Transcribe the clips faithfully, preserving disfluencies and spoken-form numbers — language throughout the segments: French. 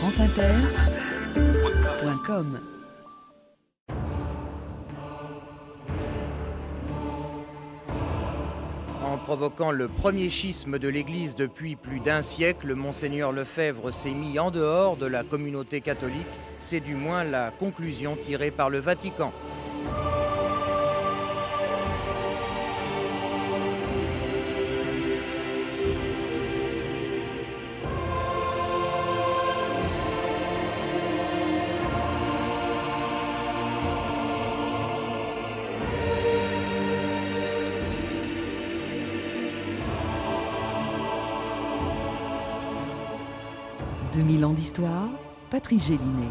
France Inter point com. En provoquant le premier schisme de l'Église depuis plus d'un siècle, Monseigneur Lefebvre s'est mis en dehors de la communauté catholique. C'est du moins la conclusion tirée par le Vatican. deux mille ans d'histoire, Patrice Gélinet.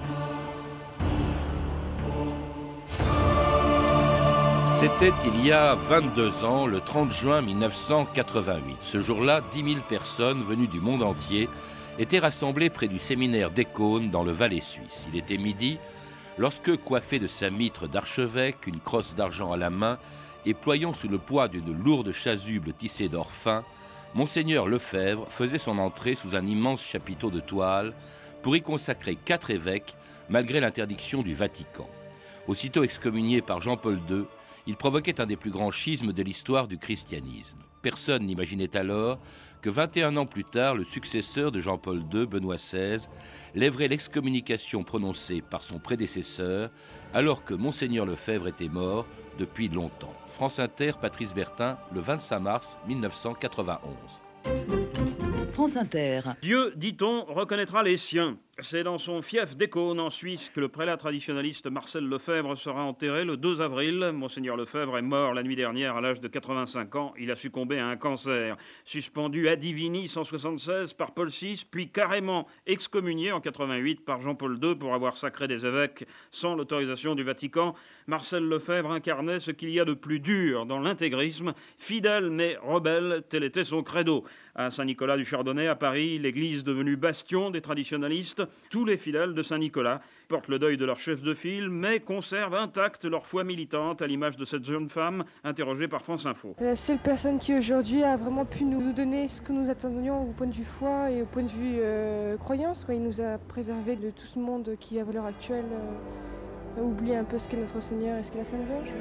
C'était il y a vingt-deux ans, le trente juin mille neuf cent quatre-vingt-huit. Ce jour-là, dix mille personnes venues du monde entier étaient rassemblées près du séminaire d'Écône dans le Valais suisse. Il était midi lorsque, coiffé de sa mitre d'archevêque, une crosse d'argent à la main et ployant sous le poids d'une lourde chasuble tissée d'or fin, Monseigneur Lefebvre faisait son entrée sous un immense chapiteau de toile pour y consacrer quatre évêques malgré l'interdiction du Vatican. Aussitôt excommunié par Jean-Paul deux, il provoquait un des plus grands schismes de l'histoire du christianisme. Personne n'imaginait alors que vingt et un ans plus tard, le successeur de Jean-Paul deux, Benoît seize, lèverait l'excommunication prononcée par son prédécesseur alors que Monseigneur Lefebvre était mort depuis longtemps. France Inter, Patrice Bertin, le vingt-cinq mars mille neuf cent quatre-vingt-onze. France Inter. Dieu, dit-on, reconnaîtra les siens. C'est dans son fief d'Écône, en Suisse, que le prélat traditionnaliste Marcel Lefebvre sera enterré le deux avril. Monseigneur Lefebvre est mort la nuit dernière à l'âge de quatre-vingt-cinq ans. Il a succombé à un cancer. Suspendu ad divini cent soixante-seize par Paul six, puis carrément excommunié en quatre-vingt-huit par Jean-Paul deux pour avoir sacré des évêques sans l'autorisation du Vatican, Marcel Lefebvre incarnait ce qu'il y a de plus dur dans l'intégrisme. Fidèle mais rebelle, tel était son credo. À Saint-Nicolas du Chardonnay, à Paris, l'église devenue bastion des traditionalistes, tous les fidèles de Saint-Nicolas portent le deuil de leur chef de file, mais conservent intacte leur foi militante, à l'image de cette jeune femme interrogée par France Info. La seule personne qui aujourd'hui a vraiment pu nous donner ce que nous attendions au point de vue foi et au point de vue euh, croyance, quoi. Il nous a préservés de tout ce monde qui, à l'heure actuelle, euh, oublie un peu ce qu'est notre Seigneur et ce qu'est la Sainte Vierge.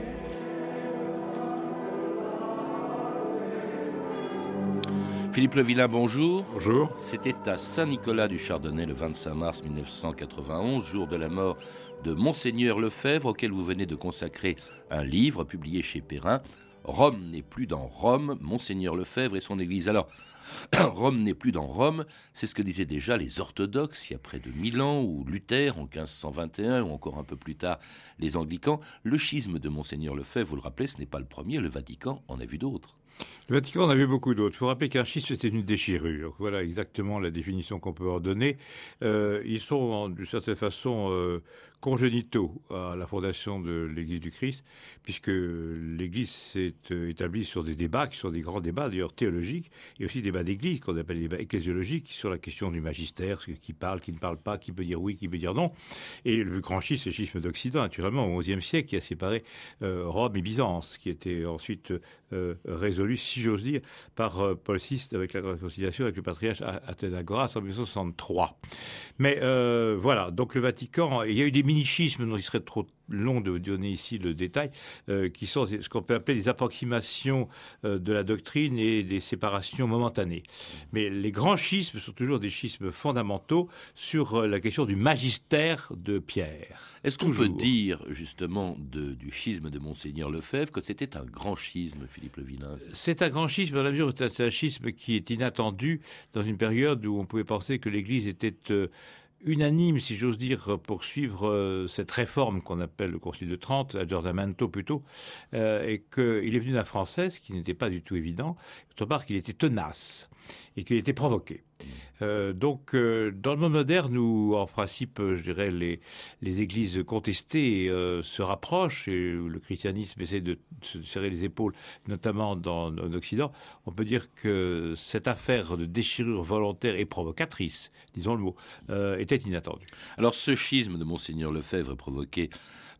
Philippe Levillain, bonjour. Bonjour. C'était à Saint-Nicolas du Chardonnay le vingt-cinq mars mille neuf cent quatre-vingt-onze, jour de la mort de Monseigneur Lefebvre, auquel vous venez de consacrer un livre publié chez Perrin. Rome n'est plus dans Rome, Monseigneur Lefebvre et son Église. Alors, Rome n'est plus dans Rome, c'est ce que disaient déjà les orthodoxes il y a près de mille ans, ou Luther en quinze cent vingt et un, ou encore un peu plus tard les anglicans. Le schisme de Monseigneur Lefebvre, vous le rappelez, ce n'est pas le premier, le Vatican en a vu d'autres. Le Vatican en a vu beaucoup d'autres. Il faut rappeler qu'un schisme, c'est une déchirure. Voilà exactement la définition qu'on peut en donner. Euh, ils sont, d'une certaine façon, euh, congénitaux à la fondation de l'Église du Christ, puisque l'Église s'est euh, établie sur des débats, qui sont des grands débats, d'ailleurs théologiques, et aussi des débats d'Église, qu'on appelle les débats ecclésiologiques, sur la question du magistère, qui parle, qui ne parle pas, qui peut dire oui, qui peut dire non. Et le grand schisme, c'est le schisme d'Occident, naturellement, au onzième siècle, qui a séparé euh, Rome et Byzance, qui était ensuite euh, résolu, si j'ose dire, par euh, Paul six avec la réconciliation avec le patriarche Athénagoras en mille neuf cent soixante-trois. Mais euh, voilà, donc le Vatican, il y a eu des mini-schismes dont il serait trop long de donner ici le détail, euh, qui sont ce qu'on peut appeler des approximations euh, de la doctrine et des séparations momentanées. Mais les grands schismes sont toujours des schismes fondamentaux sur euh, la question du magistère de Pierre. Est-ce qu'on peut dire, justement, de, du schisme de Monseigneur Lefebvre que c'était un grand schisme, Philippe Levillain? C'est un grand schisme dans la mesure où c'est un schisme qui est inattendu dans une période où on pouvait penser que l'Église était euh, unanime, si j'ose dire, pour suivre euh, cette réforme qu'on appelle le Concile de Trente, aggiornamento plutôt, euh, et qu'il est venu d'un Français, ce qui n'était pas du tout évident, d'autre part qu'il était tenace et qu'il était provoqué. Euh, donc, euh, dans le monde moderne, où, en principe, je dirais, les, les églises contestées euh, se rapprochent et où le christianisme essaie de se serrer les épaules, notamment dans, en Occident, on peut dire que cette affaire de déchirure volontaire et provocatrice, disons le mot, euh, était inattendue. Alors, ce schisme de Monseigneur Lefebvre est provoqué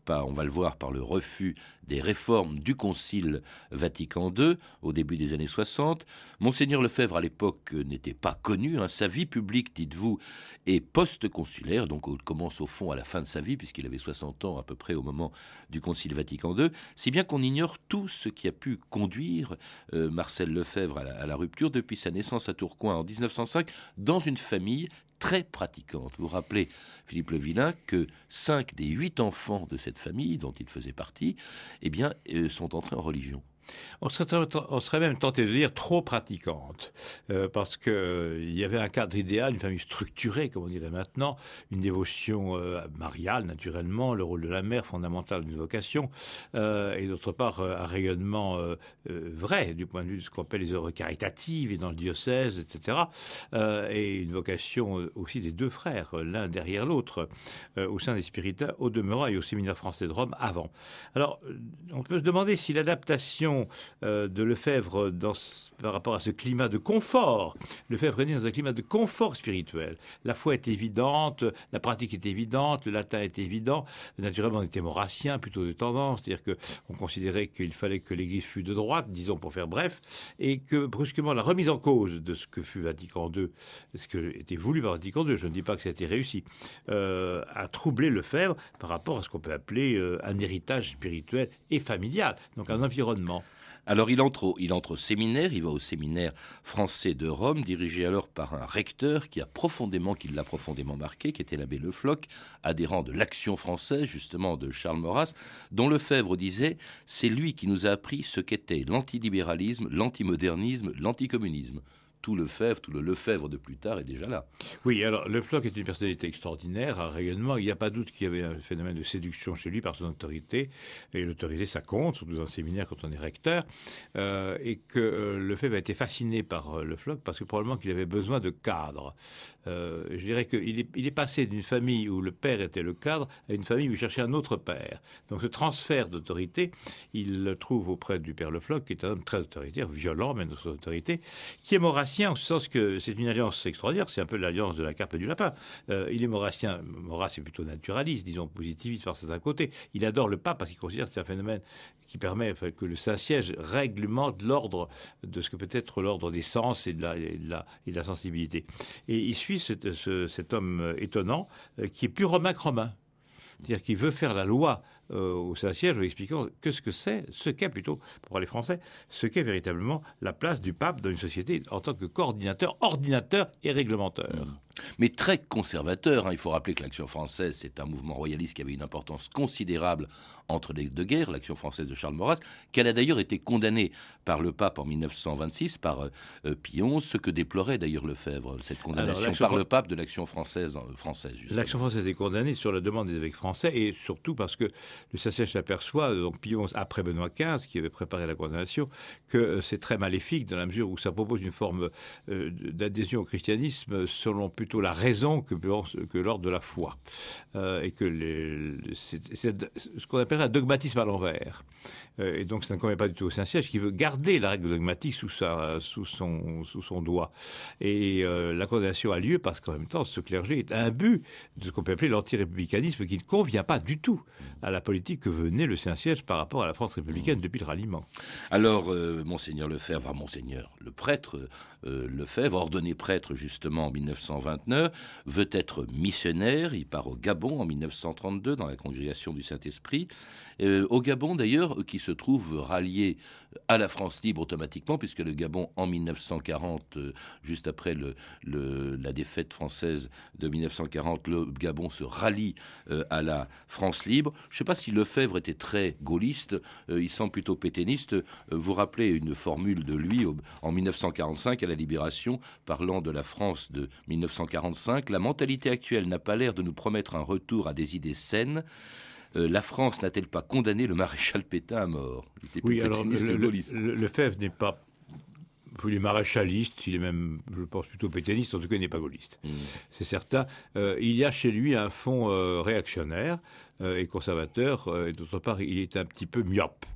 par, on va le voir, par le refus des réformes du Concile Vatican deux au début des années soixante. Monseigneur Lefebvre, à l'époque, n'était pas connu. Hein. Sa vie publique, dites-vous, est post-consulaire, donc il commence au fond à la fin de sa vie, puisqu'il avait soixante ans à peu près au moment du Concile Vatican deux, si bien qu'on ignore tout ce qui a pu conduire euh, Marcel Lefebvre à la, à la rupture depuis sa naissance à Tourcoing en dix-neuf cent cinq, dans une famille très pratiquante. Vous vous rappelez, Philippe Le Villain, que cinq des huit enfants de cette famille, dont il faisait partie, eh bien, euh, sont entrés en religion. On serait, on serait même tenté de dire trop pratiquante, euh, parce qu'il euh, y avait un cadre idéal, une famille structurée, comme on dirait maintenant, une dévotion euh, mariale, naturellement, le rôle de la mère fondamental d'une vocation, euh, et d'autre part, euh, un rayonnement euh, euh, vrai, du point de vue de ce qu'on appelle les œuvres caritatives, et dans le diocèse, et cetera, euh, et une vocation aussi des deux frères, l'un derrière l'autre, euh, au sein des Spiritains, au demeurant, et au séminaire français de Rome, avant. Alors, on peut se demander si l'adaptation Euh, de Lefebvre dans, par rapport à ce climat de confort. Lefebvre est né dans un climat de confort spirituel. La foi est évidente, la pratique est évidente, le latin est évident. Naturellement, on était maurassien, plutôt de tendance, c'est-à-dire qu'on considérait qu'il fallait que l'Église fût de droite, disons pour faire bref, et que brusquement la remise en cause de ce que fut Vatican deux, ce qui était voulu par Vatican deux, je ne dis pas que ça a été réussi, euh, a troublé Lefebvre par rapport à ce qu'on peut appeler euh, un héritage spirituel et familial, donc un environnement. Alors il entre, au, il entre au séminaire, il va au séminaire français de Rome, dirigé alors par un recteur qui a profondément, qui l'a profondément marqué, qui était l'abbé Le Floch, adhérent de l'Action française, justement de Charles Maurras, dont Lefebvre disait « C'est lui qui nous a appris ce qu'était l'antilibéralisme, l'antimodernisme, l'anticommunisme ». Tout Lefebvre, tout le Lefebvre de plus tard est déjà là. Oui, alors Le Floch est une personnalité extraordinaire, un rayonnement. Il n'y a pas doute qu'il y avait un phénomène de séduction chez lui par son autorité. Et l'autorité, ça compte, surtout dans le séminaire quand on est recteur. Euh, et que euh, Lefebvre a été fasciné par euh, Le Floch parce que probablement qu'il avait besoin de cadre. Euh, je dirais qu'il est, il est passé d'une famille où le père était le cadre à une famille où il cherchait un autre père. Donc ce transfert d'autorité, il le trouve auprès du père Le Floch, qui est un homme très autoritaire, violent même dans son autorité, qui est maurassien en ce sens que c'est une alliance extraordinaire, c'est un peu l'alliance de la carpe et du lapin. Euh, il est maurassien, Maurras est plutôt naturaliste, disons positiviste par certains côtés. Il adore le pape parce qu'il considère que c'est un phénomène qui permet enfin, que le Saint-Siège réglemente l'ordre de ce que peut être l'ordre des sens et de la, et de la, et de la sensibilité. Et il suit cet, ce, cet homme étonnant euh, qui est plus romain que romain. C'est-à-dire qu'il veut faire la loi euh, au Saint-Siège en expliquant que ce que c'est, ce qu'est plutôt, pour parler français, ce qu'est véritablement la place du pape dans une société en tant que coordinateur, ordinateur et réglementaire. Mmh. Mais très conservateur. Hein. Il faut rappeler que l'Action française, c'est un mouvement royaliste qui avait une importance considérable entre les deux guerres, l'Action française de Charles Maurras, qu'elle a d'ailleurs été condamnée par le pape en mille neuf cent vingt-six, par euh, Pie onze, ce que déplorait d'ailleurs Lefebvre, cette condamnation Alors, par le pape de l'Action française. Euh, française L'Action française est condamnée sur la demande des évêques français et surtout parce que le Saint-Siège s'aperçoit, donc Pie onze après Benoît quinze, qui avait préparé la condamnation, que euh, c'est très maléfique dans la mesure où ça propose une forme euh, d'adhésion au christianisme selon plutôt la raison que, que l'ordre de la foi. Euh, et que les, c'est, c'est ce qu'on appelle un dogmatisme à l'envers. Euh, et donc ça ne convient pas du tout au Saint-Siège qui veut garder la règle dogmatique sous, sa, sous, son, sous son doigt. Et euh, la condamnation a lieu parce qu'en même temps, ce clergé est imbu de ce qu'on peut appeler l'antirépublicanisme qui ne convient pas du tout à la politique que venait le Saint-Siège par rapport à la France républicaine mmh. depuis le ralliement. Alors, euh, Monseigneur Lefebvre, enfin, Monseigneur, le prêtre euh, Lefebvre, ordonné prêtre justement en mille neuf cent vingt-neuf, veut être missionnaire. Il part au Gabon en mille neuf cent trente-deux dans la congrégation du Saint-Esprit. Euh, au Gabon d'ailleurs, qui se trouve rallié à la France libre automatiquement, puisque le Gabon en mille neuf cent quarante, euh, juste après le, le, la défaite française de mille neuf cent quarante, le Gabon se rallie euh, à la France libre. Je ne sais pas si Lefebvre était très gaulliste, euh, il semble plutôt pétainiste. Euh, vous rappelez une formule de lui au, en mille neuf cent quarante-cinq à la Libération, parlant de la France de mille neuf cent quarante-cinq. La mentalité actuelle n'a pas l'air de nous promettre un retour à des idées saines. Euh, la France n'a-t-elle pas condamné le maréchal Pétain à mort? Oui, alors le, le, le, Lefebvre n'est pas... Il est maréchaliste, il est même, je pense, plutôt pétainiste, en tout cas il n'est pas gaulliste. Mmh. C'est certain. Euh, il y a chez lui un fond euh, réactionnaire euh, et conservateur, euh, et d'autre part il est un petit peu myope.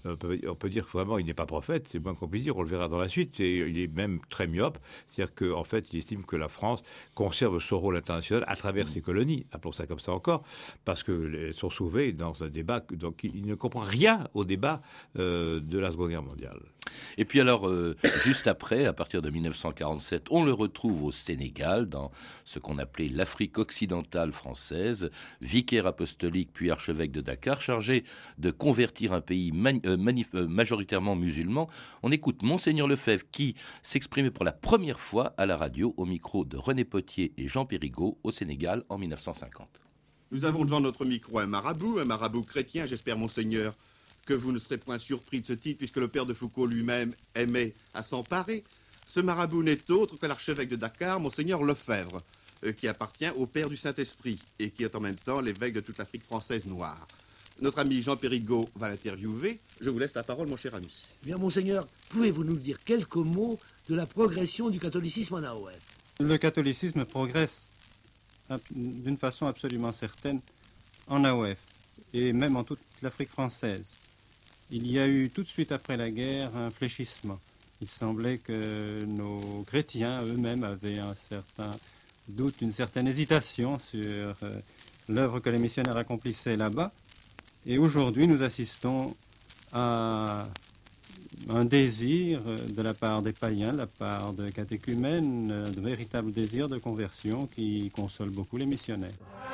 on peut, on peut dire que vraiment il n'est pas prophète, c'est moins qu'on puisse dire, on le verra dans la suite, et il est même très myope, c'est-à-dire qu'en fait il estime que la France conserve son rôle international à travers ses colonies, appelons ça comme ça encore, parce qu'elles sont sauvées dans un débat, donc il ne comprend rien au débat euh, de la Seconde Guerre mondiale. Et puis alors, euh, juste après, à partir de mille neuf cent quarante-sept, on le retrouve au Sénégal, dans ce qu'on appelait l'Afrique occidentale française, vicaire apostolique puis archevêque de Dakar, chargé de convertir un pays mani- euh, manif- euh, majoritairement musulman. On écoute Monseigneur Lefebvre qui s'exprimait pour la première fois à la radio au micro de René Potier et Jean Périgot au Sénégal en mille neuf cent cinquante. Nous avons devant notre micro un marabout, un marabout chrétien, j'espère, Monseigneur, que vous ne serez point surpris de ce titre, puisque le père de Foucault lui-même aimait à s'emparer. Ce marabout n'est autre que l'archevêque de Dakar, Monseigneur Lefebvre, euh, qui appartient au père du Saint-Esprit et qui est en même temps l'évêque de toute l'Afrique française noire. Notre ami Jean Périgot va l'interviewer. Je vous laisse la parole, mon cher ami. Bien, Monseigneur, pouvez-vous nous dire quelques mots de la progression du catholicisme en A O F? Le catholicisme progresse d'une façon absolument certaine en A O F et même en toute l'Afrique française. Il y a eu tout de suite après la guerre un fléchissement. Il semblait que nos chrétiens eux-mêmes avaient un certain doute, une certaine hésitation sur euh, l'œuvre que les missionnaires accomplissaient là-bas. Et aujourd'hui, nous assistons à un désir de la part des païens, de la part de catéchumènes, de véritable désir de conversion qui console beaucoup les missionnaires.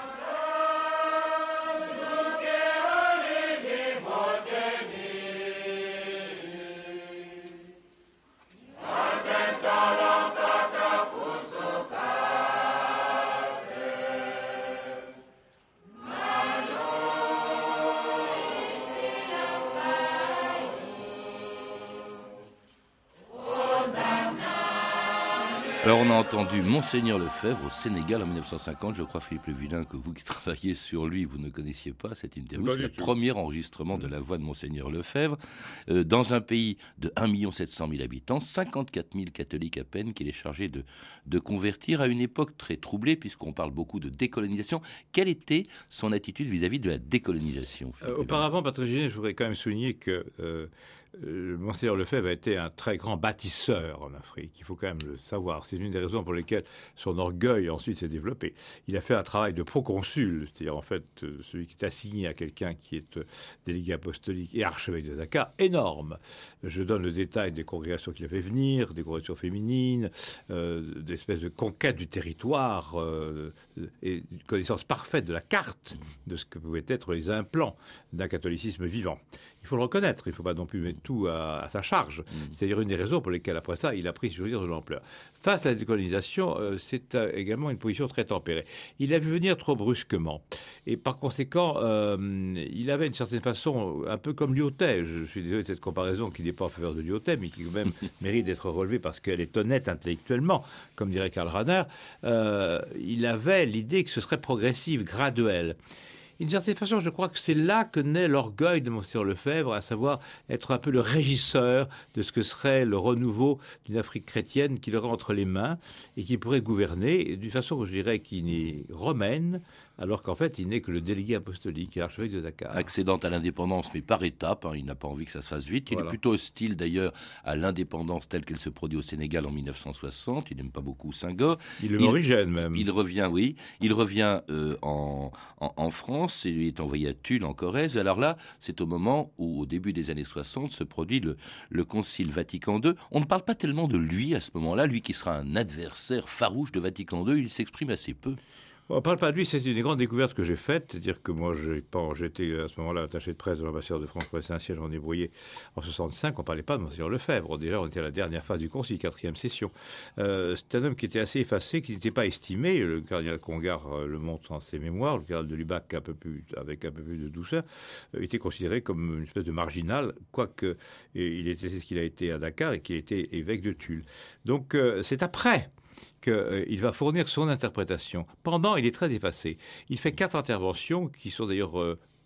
Alors on a entendu Monseigneur Lefebvre au Sénégal en mille neuf cent cinquante. Je crois, Philippe Le Villain, que vous qui travaillez sur lui, vous ne connaissiez pas cette interview. C'est le premier enregistrement de la voix de Monseigneur Lefebvre. Euh, dans un pays de un million sept cent mille habitants, cinquante-quatre mille catholiques à peine, qu'il est chargé de, de convertir à une époque très troublée, puisqu'on parle beaucoup de décolonisation. Quelle était son attitude vis-à-vis de la décolonisation? euh, Auparavant, Patrick Gélinet, je voudrais quand même souligner que... Euh, Euh, Monseigneur Lefebvre a été un très grand bâtisseur en Afrique, il faut quand même le savoir. C'est une des raisons pour lesquelles son orgueil ensuite s'est développé. Il a fait un travail de proconsul, c'est-à-dire en fait euh, celui qui est assigné à quelqu'un qui est euh, délégué apostolique et archevêque de Dakar, énorme. Je donne le détail des congrégations qu'il a fait venir, des congrégations féminines, euh, d'espèces de conquête du territoire euh, et une connaissance parfaite de la carte de ce que pouvaient être les implants d'un catholicisme vivant. Il faut le reconnaître, il ne faut pas non plus mettre tout à, à sa charge. Mmh. C'est-à-dire une des raisons pour lesquelles, après ça, il a pris, je veux dire, de l'ampleur. Face à la décolonisation, euh, c'est euh, également une position très tempérée. Il a vu venir trop brusquement. Et par conséquent, euh, il avait une certaine façon, un peu comme Lyautey. Je suis désolé de cette comparaison qui n'est pas en faveur de Lyautey, mais qui quand même mérite d'être relevée parce qu'elle est honnête intellectuellement, comme dirait Karl Rahner. Euh, il avait l'idée que ce serait progressif, graduel. D'une certaine façon, je crois que c'est là que naît l'orgueil de Monseigneur Lefebvre, à savoir être un peu le régisseur de ce que serait le renouveau d'une Afrique chrétienne qu'il aurait entre les mains et qui pourrait gouverner d'une façon, je dirais, qui n'est romaine, alors qu'en fait, il n'est que le délégué apostolique et l'archevêque de Dakar. Accédant à l'indépendance, mais par étapes, hein, il n'a pas envie que ça se fasse vite. Il voilà. est plutôt hostile, d'ailleurs, à l'indépendance telle qu'elle se produit au Sénégal en mille neuf cent soixante. Il n'aime pas beaucoup Senghor. Il le morigène, même. Il revient, oui. Il revient euh, en, en, en France et il est envoyé à Tulle, en Corrèze. Alors là, c'est au moment où, au début des années soixante, se produit le, le Concile Vatican deux. On ne parle pas tellement de lui à ce moment-là, lui qui sera un adversaire farouche de Vatican deux. Il s'exprime assez peu. On ne parle pas de lui, c'est une des grandes découvertes que j'ai faites, c'est-à-dire que moi, j'étais à ce moment-là attaché de presse de l'ambassadeur de France pour les Saint-Siège en débrouillé en soixante-cinq, on ne parlait pas de Monseigneur Lefebvre, déjà on était à la dernière phase du concile, quatrième session. Euh, c'est un homme qui était assez effacé, qui n'était pas estimé, le cardinal Congar euh, le montre dans ses mémoires, le cardinal de Lubac un peu plus, avec un peu plus de douceur, euh, était considéré comme une espèce de marginal, quoique il était ce qu'il a été à Dakar et qu'il était évêque de Tulle. Donc euh, c'est après qu'il euh, va fournir son interprétation. Pendant, il est très effacé. Il fait quatre interventions qui sont d'ailleurs euh,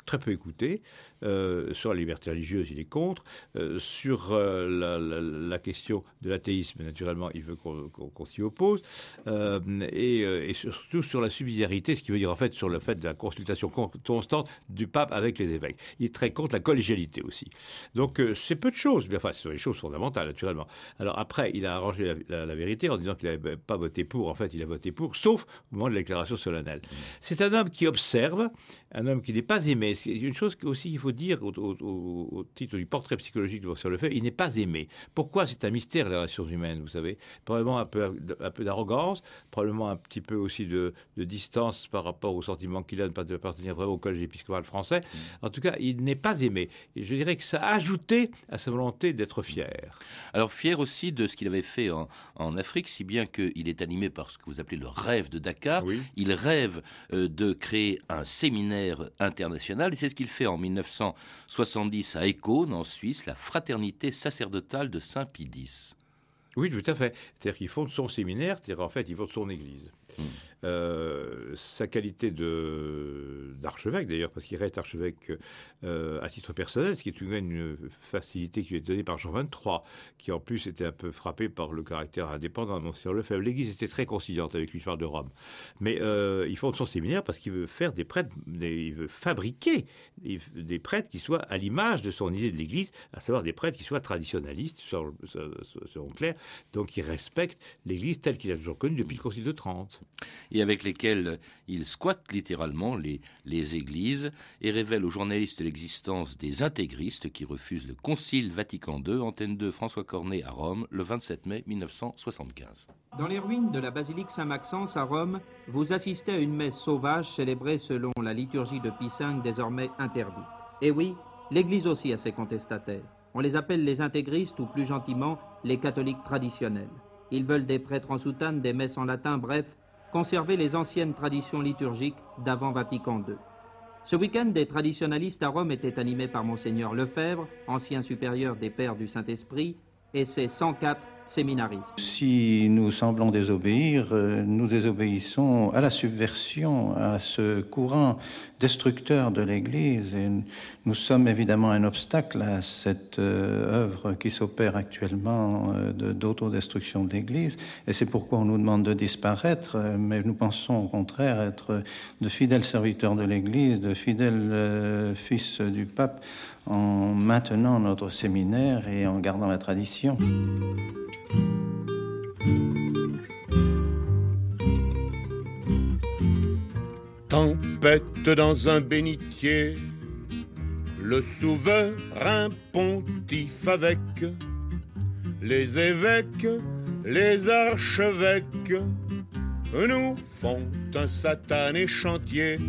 très peu écouté. Euh, sur la liberté religieuse, il est contre. Euh, sur euh, la, la, la question de l'athéisme, naturellement, il veut qu'on, qu'on, qu'on s'y oppose. Euh, et, et surtout sur la subsidiarité, ce qui veut dire en fait sur le fait de la consultation constante du pape avec les évêques. Il est très contre la collégialité aussi. Donc euh, c'est peu de choses, mais enfin, ce sont des choses fondamentales, naturellement. Alors après, il a arrangé la, la, la vérité en disant qu'il n'avait pas voté pour. En fait, il a voté pour, sauf au moment de la déclaration solennelle. C'est un homme qui observe, un homme qui n'est pas aimé. C'est une chose aussi qu'il faut dire au, au, au, au titre du portrait psychologique de Monsieur Lefebvre, il n'est pas aimé. Pourquoi? C'est un mystère, les relations humaines, vous savez. Probablement un peu, un peu d'arrogance, probablement un petit peu aussi de, de distance par rapport au sentiment qu'il a de ne pas appartenir vraiment au collège épiscopal français. En tout cas, il n'est pas aimé. Et je dirais que ça a ajouté à sa volonté d'être fier. Alors fier aussi de ce qu'il avait fait en, en Afrique, si bien qu'il est animé par ce que vous appelez le rêve de Dakar. Oui. Il rêve euh, de créer un séminaire international, et c'est ce qu'il fait en dix-neuf cent soixante-dix à Écône, en Suisse, la fraternité sacerdotale de Saint-Pie X. Oui, tout à fait. C'est-à-dire qu'il fonde son séminaire, c'est-à-dire en fait, il fonde son église. Mmh. Euh, sa qualité de, d'archevêque, d'ailleurs, parce qu'il reste archevêque euh, à titre personnel, ce qui est une, une facilité qui lui est donnée par Jean vingt-trois, qui en plus était un peu frappé par le caractère indépendant de Monseigneur Lefebvre. L'église était très conciliante avec l'histoire de Rome. Mais euh, il fonde son séminaire parce qu'il veut faire des prêtres, des, il veut fabriquer des, des prêtres qui soient à l'image de son idée de l'église, à savoir des prêtres qui soient traditionnalistes, selon, selon Claire, donc qui respectent l'église telle qu'il a toujours connue depuis le Concile de Trente. Et avec lesquels il squatte littéralement les, les églises et révèle aux journalistes l'existence des intégristes qui refusent le Concile Vatican deux, Antenne deux, François Cornet à Rome, le vingt-sept mai dix-neuf cent soixante-quinze. Dans les ruines de la basilique Saint-Maxence à Rome, vous assistez à une messe sauvage célébrée selon la liturgie de Pie cinq, désormais interdite. Et oui, l'Église aussi a ses contestataires. On les appelle les intégristes ou plus gentiment les catholiques traditionnels. Ils veulent des prêtres en soutane, des messes en latin, bref, conserver les anciennes traditions liturgiques d'avant Vatican deux. Ce week-end, des traditionalistes à Rome étaient animés par Monseigneur Lefebvre, ancien supérieur des Pères du Saint-Esprit, et ses cent quatre séminaristes. Si nous semblons désobéir, nous désobéissons à la subversion, à ce courant destructeur de l'Église. Et nous sommes évidemment un obstacle à cette œuvre qui s'opère actuellement d'autodestruction de l'Église. Et c'est pourquoi on nous demande de disparaître, mais nous pensons au contraire être de fidèles serviteurs de l'Église, de fidèles euh, fils du pape, en maintenant notre séminaire et en gardant la tradition. Tempête dans un bénitier, le souverain pontife avec les évêques, les archevêques, nous font un satané chantier.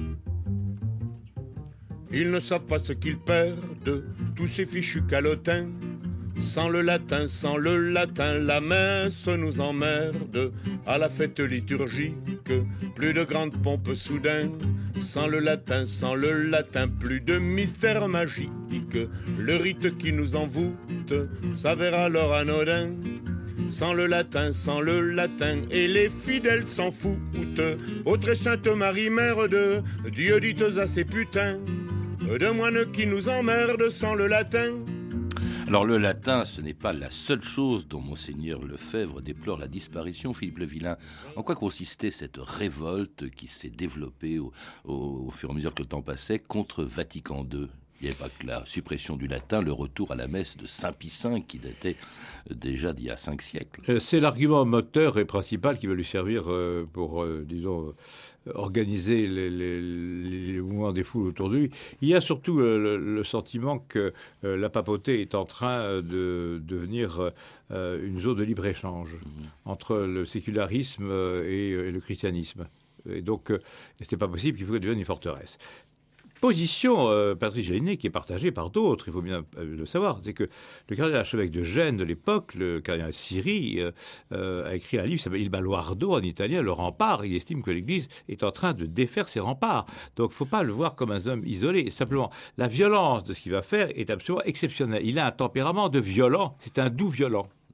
Ils ne savent pas ce qu'ils perdent, tous ces fichus calotins. Sans le latin, sans le latin, la messe nous emmerde. À la fête liturgique, plus de grande pompe soudain. Sans le latin, sans le latin, plus de mystère magique. Le rite qui nous envoûte s'avère alors anodin. Sans le latin, sans le latin, et les fidèles s'en foutent. Ô très sainte Marie, mère de Dieu, dites à ces putains de moines qui nous emmerdent sans le latin. Alors le latin, ce n'est pas la seule chose dont Monseigneur Lefebvre déplore la disparition. Philippe Levillain, en quoi consistait cette révolte qui s'est développée au, au, au fur et à mesure que le temps passait contre Vatican deux? Il n'y avait pas que la suppression du latin, le retour à la messe de Saint-Pie cinq qui datait déjà d'il y a cinq siècles. C'est l'argument moteur et principal qui va lui servir pour, disons, organiser les, les, les mouvements des foules autour de lui. Il y a surtout le, le sentiment que la papauté est en train de devenir une zone de libre-échange mmh. entre le sécularisme et, et le christianisme. Et donc, ce n'est pas possible qu'il faut qu'elle devienne une forteresse. Position, euh, Patrice Gélinet, qui est partagée par d'autres, il faut bien euh, le savoir, c'est que le cardinal archevêque de Gênes de l'époque, le cardinal Siri, euh, euh, a écrit un livre qui s'appelle Il Baluardo en italien, le rempart. Il estime que l'Église est en train de défaire ses remparts. Donc il ne faut pas le voir comme un homme isolé. Simplement, la violence de ce qu'il va faire est absolument exceptionnelle. Il a un tempérament de violent, c'est un doux violent.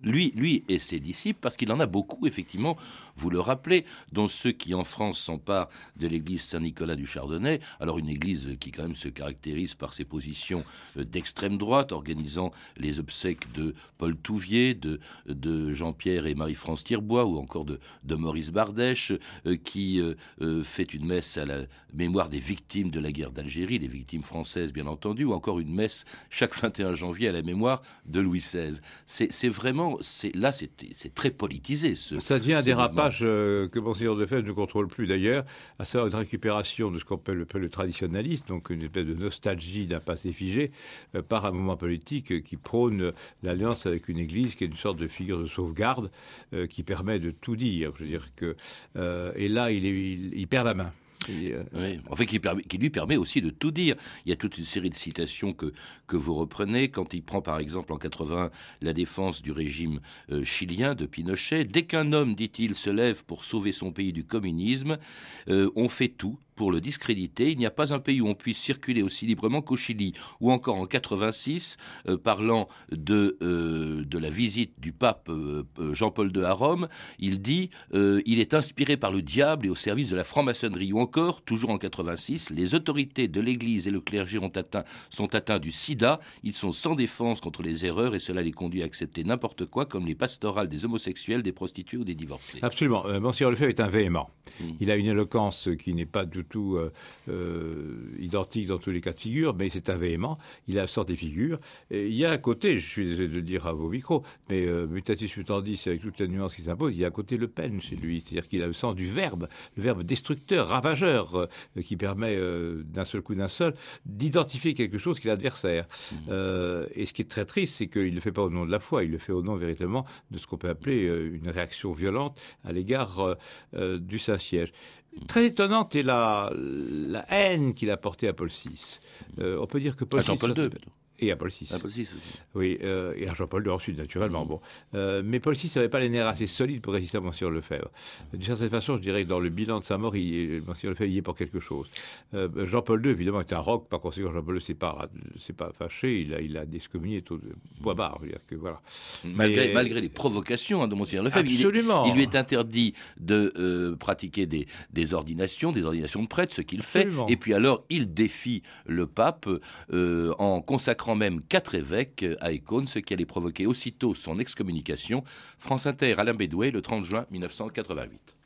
lui, lui et ses disciples, parce qu'il en a beaucoup, effectivement, vous le rappelez, dont ceux qui en France s'emparent de l'église Saint-Nicolas du Chardonnay, alors une église qui quand même se caractérise par ses positions d'extrême droite, organisant les obsèques de Paul Touvier, de, de Jean-Pierre et Marie-France Tirbois, ou encore de, de Maurice Bardèche, euh, qui euh, euh, fait une messe à la mémoire des victimes de la guerre d'Algérie, les victimes françaises bien entendu, ou encore une messe chaque vingt et un janvier à la mémoire de Louis seize. C'est, c'est vraiment, c'est, là c'est, c'est très politisé. Ce, Ça devient un dérapage euh, que Monseigneur Lefebvre ne contrôle plus d'ailleurs, à savoir une récupération de ce qu'on appelle le, le traditionnalisme, donc une espèce de nostalgie d'un passé figé, euh, par un mouvement politique euh, qui prône l'alliance avec une église qui est une sorte de figure de sauvegarde euh, qui permet de tout dire. Je veux dire que, euh, et là, il, est, il, il perd la main. Et, euh, oui, en fait, qui, permet, qui lui permet aussi de tout dire. Il y a toute une série de citations que, que vous reprenez. Quand il prend, par exemple, en quatre-vingt, la défense du régime euh, chilien de Pinochet. Dès qu'un homme, dit-il, se lève pour sauver son pays du communisme, euh, on fait tout pour le discréditer. Il n'y a pas un pays où on puisse circuler aussi librement qu'au Chili. Ou encore en quatre-vingt-six, euh, parlant de, euh, de la visite du pape euh, Jean-Paul deux à Rome, il dit euh, « Il est inspiré par le diable et au service de la franc-maçonnerie ». Ou encore, toujours en quatre-vingt-six, les autorités de l'Église et le clergé ont atteint, sont atteints du sida. Ils sont sans défense contre les erreurs et cela les conduit à accepter n'importe quoi, comme les pastorales des homosexuels, des prostituées ou des divorcés. Absolument. Euh, Monseigneur Lefebvre est un véhément. Mmh. Il a une éloquence qui n'est pas du tout euh, euh, identique dans tous les cas de figure, mais c'est un véhément. Il a sorte des figures. Et il y a un côté, je suis désolé de le dire à vos micros, mais euh, mutatis mutandis, avec toute la nuance qui s'impose, il y a un côté Le Pen chez lui. C'est-à-dire qu'il a le sens du verbe, le verbe destructeur, ravageur, euh, qui permet euh, d'un seul coup d'un seul d'identifier quelque chose qui est l'adversaire. Mmh. Euh, et ce qui est très triste, c'est qu'il ne le fait pas au nom de la foi, il le fait au nom véritablement de ce qu'on peut appeler euh, une réaction violente à l'égard euh, euh, du Saint-Siège. Très étonnante est la, la haine qu'il a portée à Paul six. Euh, on peut dire que Paul à Jean-Paul deux, plutôt. Et à Paul six. À Paul six aussi. Oui, euh, et à Jean-Paul deux ensuite, naturellement. Mmh. Bon. Euh, mais Paul six n'avait pas les nerfs assez solides pour résister à Monseigneur Lefebvre. D'une certaine façon, je dirais que dans le bilan de sa mort, il, Monseigneur Lefebvre y est pour quelque chose. Euh, Jean-Paul deux, évidemment, est un roc. Par conséquent, Jean-Paul deux ne s'est pas, pas fâché. Il a, il a discommunié tout de point barre. Je veux dire que, voilà. Malgré, mais, malgré les provocations hein, de Monseigneur Lefebvre, absolument. Il, il lui est interdit de euh, pratiquer des, des ordinations, des ordinations de prêtres, ce qu'il fait. Absolument. Et puis alors, il défie le pape euh, en consacrant même quatre évêques à Écône, ce qui allait provoquer aussitôt son excommunication. France Inter, Alain Bédoué, le trente juin mille neuf cent quatre-vingt-huit.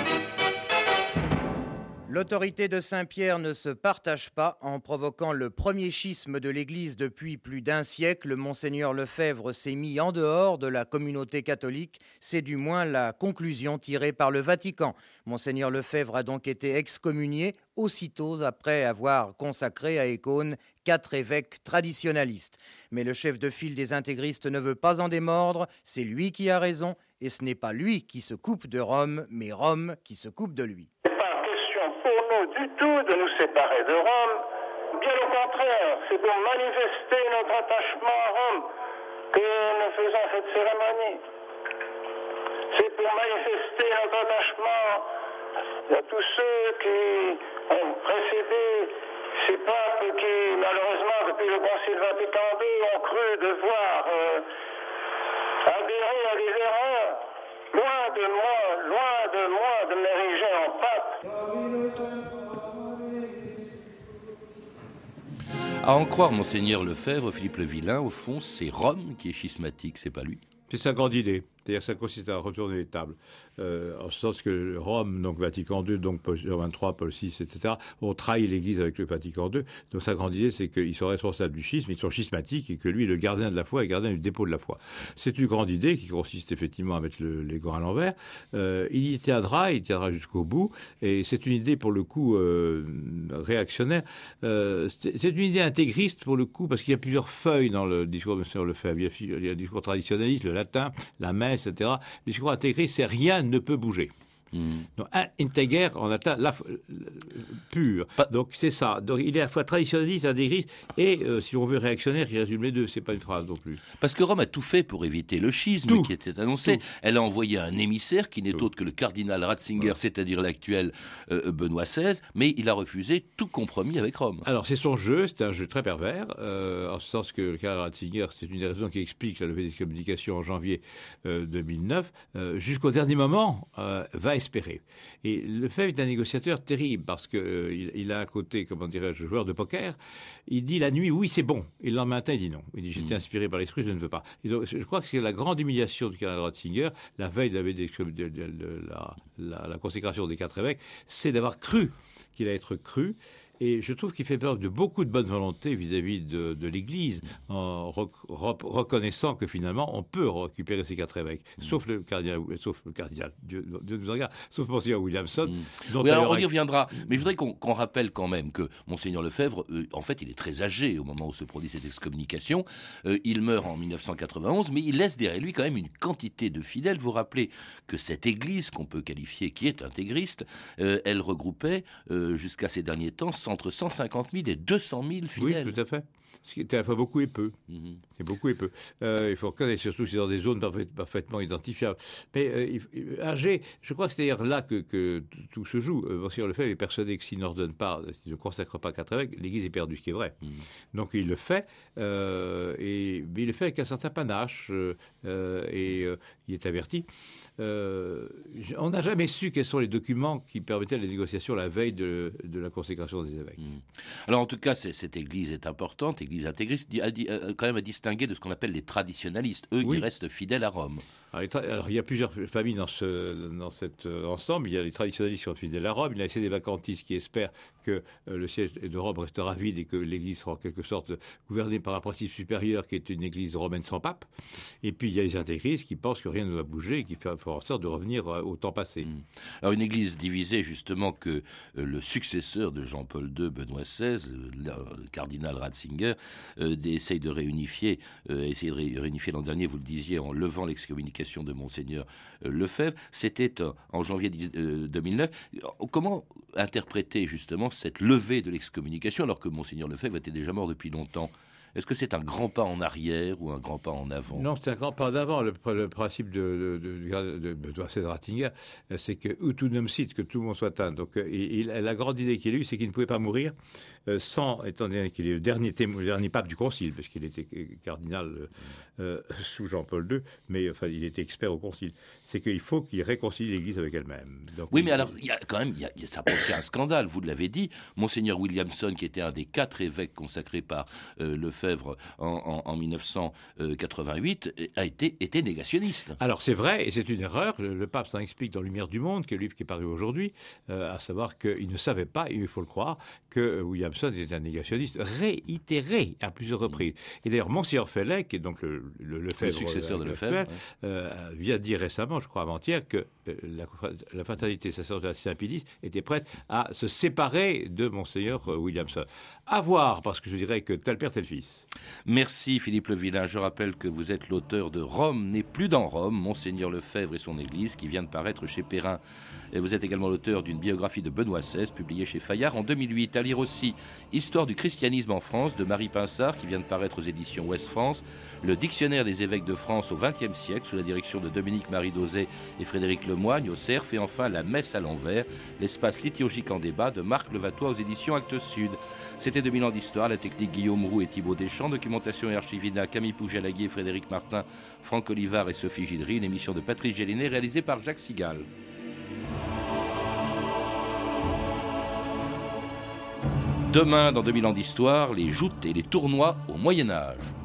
L'autorité de Saint-Pierre ne se partage pas en provoquant le premier schisme de l'Église depuis plus d'un siècle. Monseigneur Lefebvre s'est mis en dehors de la communauté catholique. C'est du moins la conclusion tirée par le Vatican. Monseigneur Lefebvre a donc été excommunié aussitôt après avoir consacré à Écône quatre évêques traditionalistes. Mais le chef de file des intégristes ne veut pas en démordre. C'est lui qui a raison et ce n'est pas lui qui se coupe de Rome, mais Rome qui se coupe de lui. Du tout de nous séparer de Rome. Bien au contraire, c'est pour manifester notre attachement à Rome que nous faisons cette cérémonie. C'est pour manifester notre attachement à tous ceux qui ont précédé ces papes qui, malheureusement, depuis le Concile Vatican deux, ont cru devoir euh, adhérer à des erreurs. Loin de moi, loin de moi de m'ériger en pape. À en croire Monseigneur Lefebvre, Philippe Le Villain, au fond, c'est Rome qui est schismatique, c'est pas lui. C'est sa grande idée. C'est-à-dire que ça consiste à retourner les tables. Euh, en ce sens que Rome, donc Vatican deux, donc Paul vingt-trois, Paul six, et cetera, ont trahi l'Église avec le Vatican deux. Donc sa grande idée, c'est qu'ils sont responsables du schisme, ils sont schismatiques, et que lui est le gardien de la foi et gardien du dépôt de la foi. C'est une grande idée qui consiste effectivement à mettre le, les gants à l'envers. Euh, il y tiendra, il y tiendra jusqu'au bout, et c'est une idée pour le coup euh, réactionnaire. Euh, c'est, c'est une idée intégriste pour le coup, parce qu'il y a plusieurs feuilles dans le discours de M. Lefebvre. Il y a, il y a le discours traditionnaliste, le latin, la messe, et cetera. Le discours intégré, c'est rien ne peut bouger. Mmh. Donc, intégrer, on atteint la, pur. Pas... Donc c'est ça. Donc il est à la fois traditionnaliste, intégriste et, euh, si on veut, réactionnaire, il résume les deux. C'est pas une phrase non plus. Parce que Rome a tout fait pour éviter le schisme tout. qui était annoncé. Tout. Elle a envoyé un émissaire qui n'est tout. autre que le cardinal Ratzinger, ouais. c'est-à-dire l'actuel euh, Benoît seize, mais il a refusé tout compromis avec Rome. Alors c'est son jeu, c'est un jeu très pervers, euh, en ce sens que le cardinal Ratzinger, c'est une des raisons qui explique la levée des communications en janvier euh, deux mille neuf, euh, jusqu'au dernier moment, euh, va espérer. Et Lefebvre est un négociateur terrible, parce qu'il euh, il a un côté, comment dirais-je, joueur de poker. Il dit la nuit, oui, c'est bon. Et le lendemain matin, il dit non. Il dit, j'étais mmh. inspiré par l'esprit, je ne veux pas. Et donc, je crois que c'est la grande humiliation du cardinal Ratzinger, la veille de la, de, de, de, de la, la, la consécration des quatre évêques, c'est d'avoir cru qu'il allait être cru. Et je trouve qu'il fait preuve de beaucoup de bonne volonté vis-à-vis de, de l'Église, en rec, rec, reconnaissant que finalement on peut récupérer ces quatre évêques, mmh. sauf le cardinal, sauf le cardinal, Dieu, Dieu nous en garde, sauf Monseigneur Williamson. Mmh. Oui, alors on y reviendra, mais je voudrais qu'on, qu'on rappelle quand même que Monseigneur Lefebvre, euh, en fait, il est très âgé au moment où se produit cette excommunication. Euh, il meurt en dix-neuf cent quatre-vingt-onze, mais il laisse derrière lui quand même une quantité de fidèles. Vous rappelez que cette Église, qu'on peut qualifier, qui est intégriste, euh, elle regroupait euh, jusqu'à ces derniers temps entre cent cinquante mille et deux cent mille fidèles. Oui, tout à fait. Ce qui est à la fois beaucoup et peu. Mmh. C'est beaucoup et peu. Euh, il faut reconnaître, surtout c'est dans des zones parfait, parfaitement identifiables. Mais euh, Angers, je crois que c'est d'ailleurs là que, que tout se joue. Euh, Monseigneur Lefebvre est persuadé que s'il n'ordonne pas, s'il ne consacre pas quatre évêques, l'Église est perdue, ce qui est vrai. Mmh. Donc il le fait, euh, et, mais il le fait avec un certain panache, euh, et euh, il est averti. Euh, on n'a jamais su quels sont les documents qui permettaient la négociation la veille de, de la consécration des évêques. Mmh. Alors en tout cas, c'est, cette Église est importante, Église intégriste, a, a, a, quand même à distinguer de ce qu'on appelle les traditionalistes. Eux, oui. ils restent fidèles à Rome. Alors, tra- alors il y a plusieurs familles dans, ce, dans cet euh, ensemble. Il y a les traditionalistes qui sont fidèles à Rome. Il y a des vacantistes qui espèrent que euh, le siège de Rome restera vide et que l'Église sera en quelque sorte gouvernée par un principe supérieur qui est une Église romaine sans pape. Et puis il y a les intégristes qui pensent que rien ne doit bouger et qui font en sorte de revenir au temps passé. Mmh. Alors une Église divisée justement que euh, le successeur de Jean-Paul deux, Benoît seize, le, le cardinal Ratzinger, euh, essaye de réunifier, euh, essaye de ré- réunifier l'an dernier, vous le disiez, en levant l'excommunication de Monseigneur euh, Lefebvre. C'était euh, en janvier dix, euh, deux mille neuf. Comment interpréter justement cette levée de l'excommunication alors que Monseigneur Lefebvre était déjà mort depuis longtemps ? Est-ce que c'est un grand pas en arrière ou un grand pas en avant ? Non, c'est un grand pas en avant. Le, le principe de, de, de, de, de César Ratzinger, c'est que utunum sit, que tout le monde soit un. Donc, il, la grande idée qu'il a eue, c'est qu'il ne pouvait pas mourir euh, sans, étant donné qu'il est le dernier, témo, le dernier pape du Concile, parce qu'il était cardinal euh, sous Jean-Paul deux, mais enfin, il était expert au Concile. C'est qu'il faut qu'il réconcilie l'Église avec elle-même. Donc, oui, il, mais alors, il y a quand même, il y a, ça provoque un scandale. Vous l'avez dit, Monseigneur Williamson, qui était un des quatre évêques consacrés par euh, le En, en, en dix-neuf cent quatre-vingt-huit, a été, été négationniste. Alors c'est vrai, et c'est une erreur. Le, le pape s'en explique dans Lumière du Monde, qui est le livre qui est paru aujourd'hui, euh, à savoir qu'il ne savait pas, et il faut le croire, que Williamson était un négationniste réitéré à plusieurs reprises. Et d'ailleurs, Monseigneur Fellec, qui est donc le, le, le, Lefebvre, le successeur de Lefebvre, actuel, ouais. euh, vient dire récemment, je crois avant-hier, que euh, la, la fraternité sacerdotale Saint-Pédis était prête à se séparer de Monseigneur Williamson. À voir, parce que je dirais que tel père, tel fils. Merci Philippe Levillain. Je rappelle que vous êtes l'auteur de Rome n'est plus dans Rome, Monseigneur Lefebvre et son Église, qui vient de paraître chez Perrin. Et vous êtes également l'auteur d'une biographie de Benoît seize, publiée chez Fayard en deux mille huit. À lire aussi Histoire du christianisme en France, de Marie Pinsard, qui vient de paraître aux éditions Ouest France, le Dictionnaire des évêques de France au vingtième siècle, sous la direction de Dominique-Marie Dosé et Frédéric Lemoigne, au Cerf, et enfin La Messe à l'envers, l'espace liturgique en débat, de Marc Levatois aux éditions Actes Sud. C'était deux mille ans d'histoire, la technique Guillaume Roux et Thibaut Deschamps, documentation et archivina Camille Poujalagui, Frédéric Martin, Franck Olivard et Sophie Gildery, une émission de Patrice Gélinet réalisée par Jacques Sigal. Demain, dans deux mille ans d'histoire, les joutes et les tournois au Moyen-Âge.